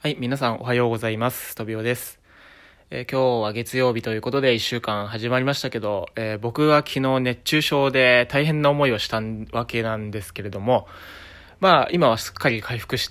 はい、皆さんおはようございます。とびおです。今日は月曜日ということで1週間始まりましたけど、僕は昨日熱中症で大変な思いをしたわけなんですけれども、今はすっかり回復して、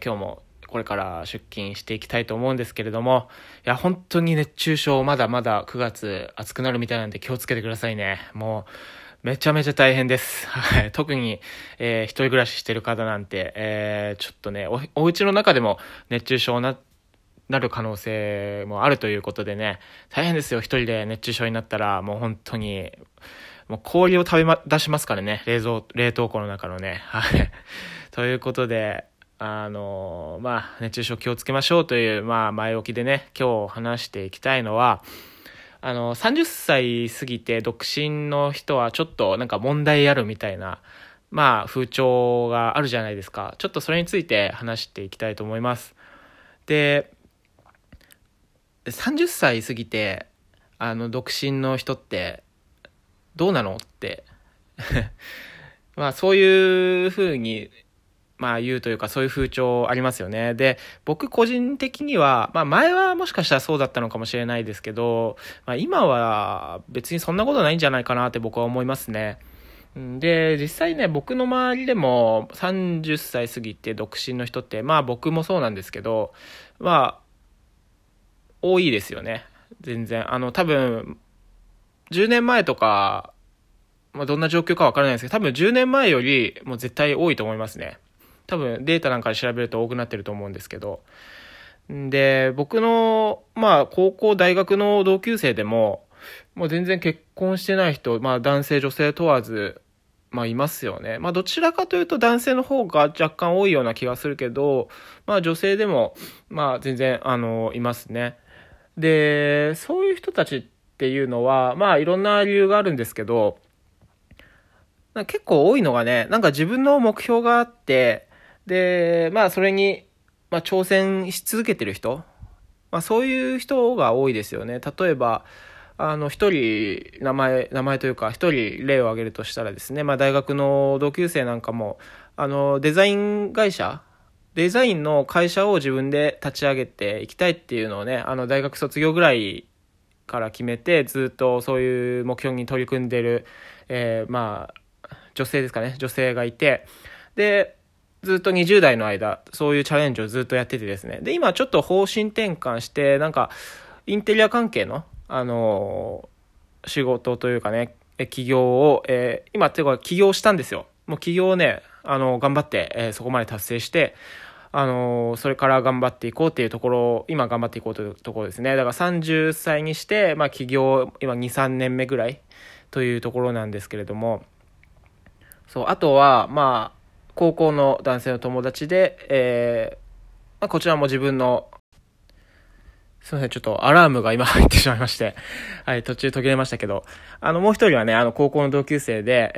今日もこれから出勤していきたいと思うんですけれども、いや本当に熱中症まだまだ9月暑くなるみたいなんで気をつけてくださいね。もうめちゃめちゃ大変です。はい。特に、一人暮らししてる方なんて、ちょっとね、お家の中でも熱中症なる可能性もあるということでね、大変ですよ。一人で熱中症になったら、もう本当に、もう氷を出しますからね。冷凍庫の中のね。はい。ということで、熱中症気をつけましょうという、前置きでね、今日話していきたいのは、30歳過ぎて独身の人はちょっとなんか問題あるみたいな、風潮があるじゃないですか。ちょっとそれについて話していきたいと思います。で、30歳過ぎて、独身の人ってどうなのってそういうふうに言うというか、そういう風潮ありますよね。で、僕個人的には、前はもしかしたらそうだったのかもしれないですけど、今は別にそんなことないんじゃないかなって僕は思いますね。で、実際ね、僕の周りでも30歳過ぎて独身の人って、僕もそうなんですけど、多いですよね。全然。多分、10年前とか、どんな状況かわからないですけど、多分10年前よりもう絶対多いと思いますね。多分データなんかで調べると多くなってると思うんですけど。で、僕の、高校、大学の同級生でも、もう全然結婚してない人、男性、女性問わず、いますよね。どちらかというと男性の方が若干多いような気がするけど、女性でも、全然、いますね。で、そういう人たちっていうのは、いろんな理由があるんですけど、結構多いのがね、なんか自分の目標があって、で、それに、挑戦し続けてる人、そういう人が多いですよね。例えば、一人名前というか、一人例を挙げるとしたらですね、大学の同級生なんかも、デザインの会社を自分で立ち上げていきたいっていうのをね、大学卒業ぐらいから決めて、ずっとそういう目標に取り組んでる、女性ですかね、女性がいて、で、ずっと20代の間、そういうチャレンジをずっとやっててですね。で、今ちょっと方針転換して、なんか、インテリア関係の、仕事というかね、起業を、今っていうか起業したんですよ。もう起業をね、頑張って、そこまで達成して、それから頑張っていこうっていうところ、今頑張っていこうというところですね。だから30歳にして、起業、今2、3年目ぐらいというところなんですけれども、そう、あとは、高校の男性の友達で、こちらも自分の、すいません、ちょっとアラームが今入ってしまいまして、はい、途中途切れましたけど、もう一人はね、高校の同級生で、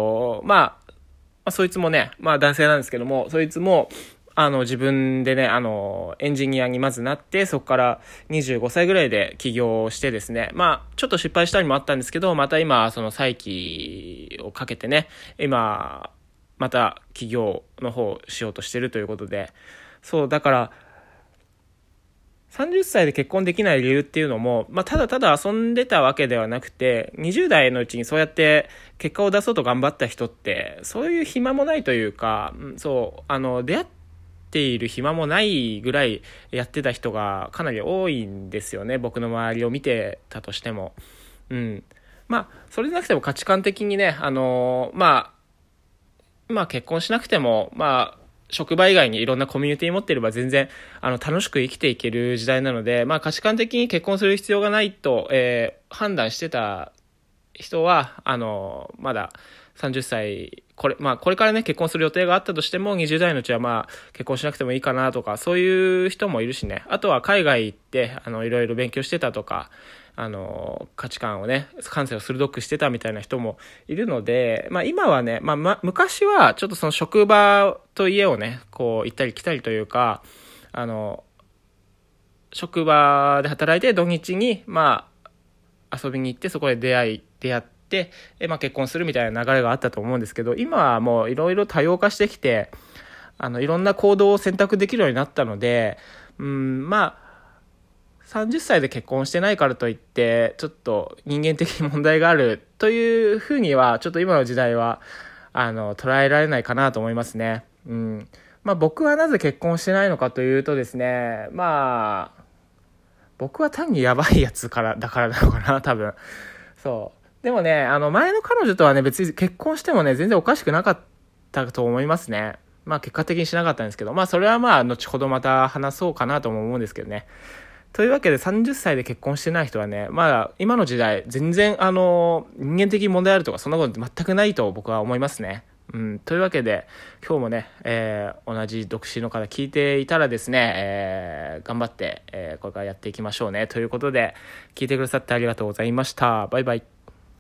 そいつもね、男性なんですけども、そいつも、自分でね、エンジニアにまずなって、そこから25歳ぐらいで起業してですね、ちょっと失敗したりもあったんですけど、また今、その再起をかけてね、今、また起業の方をしようとしてるということで、そう、だから、30歳で結婚できない理由っていうのも、ただただ遊んでたわけではなくて、20代のうちにそうやって結果を出そうと頑張った人って、そういう暇もないというか、そう、出会っている暇もないぐらいやってた人がかなり多いんですよね。僕の周りを見てたとしても。それでなくても価値観的にね、結婚しなくても、職場以外にいろんなコミュニティ持っていれば全然楽しく生きていける時代なので、価値観的に結婚する必要がないと、判断してた人はまだ30歳これからね結婚する予定があったとしても20代のうちは結婚しなくてもいいかなとか、そういう人もいるしね。あとは海外行っていろいろ勉強してたとか、価値観をね、感性を鋭くしてたみたいな人もいるので、今はね、昔はちょっとその職場と家をね、こう行ったり来たりというか、職場で働いて土日に、遊びに行ってそこで出会って、結婚するみたいな流れがあったと思うんですけど、今はもういろいろ多様化してきて、いろんな行動を選択できるようになったので、 まあ、30歳で結婚してないからといって、ちょっと人間的に問題があるというふうには、ちょっと今の時代は、捉えられないかなと思いますね。まあ僕はなぜ結婚してないのかというとですね、まあ、僕は単にやばいやつだからなのかな、多分。そう。でもね、前の彼女とはね、別に結婚してもね、全然おかしくなかったと思いますね。まあ結果的にしなかったんですけど、まあそれはまあ後ほどまた話そうかなとも思うんですけどね。というわけで30歳で結婚してない人はね、まあ今の時代全然人間的に問題あるとかそんなこと全くないと僕は思いますね。というわけで今日もね、同じ独身の方聞いていたらですね、頑張って、これからやっていきましょうねということで聞いてくださってありがとうございました。バイバイ。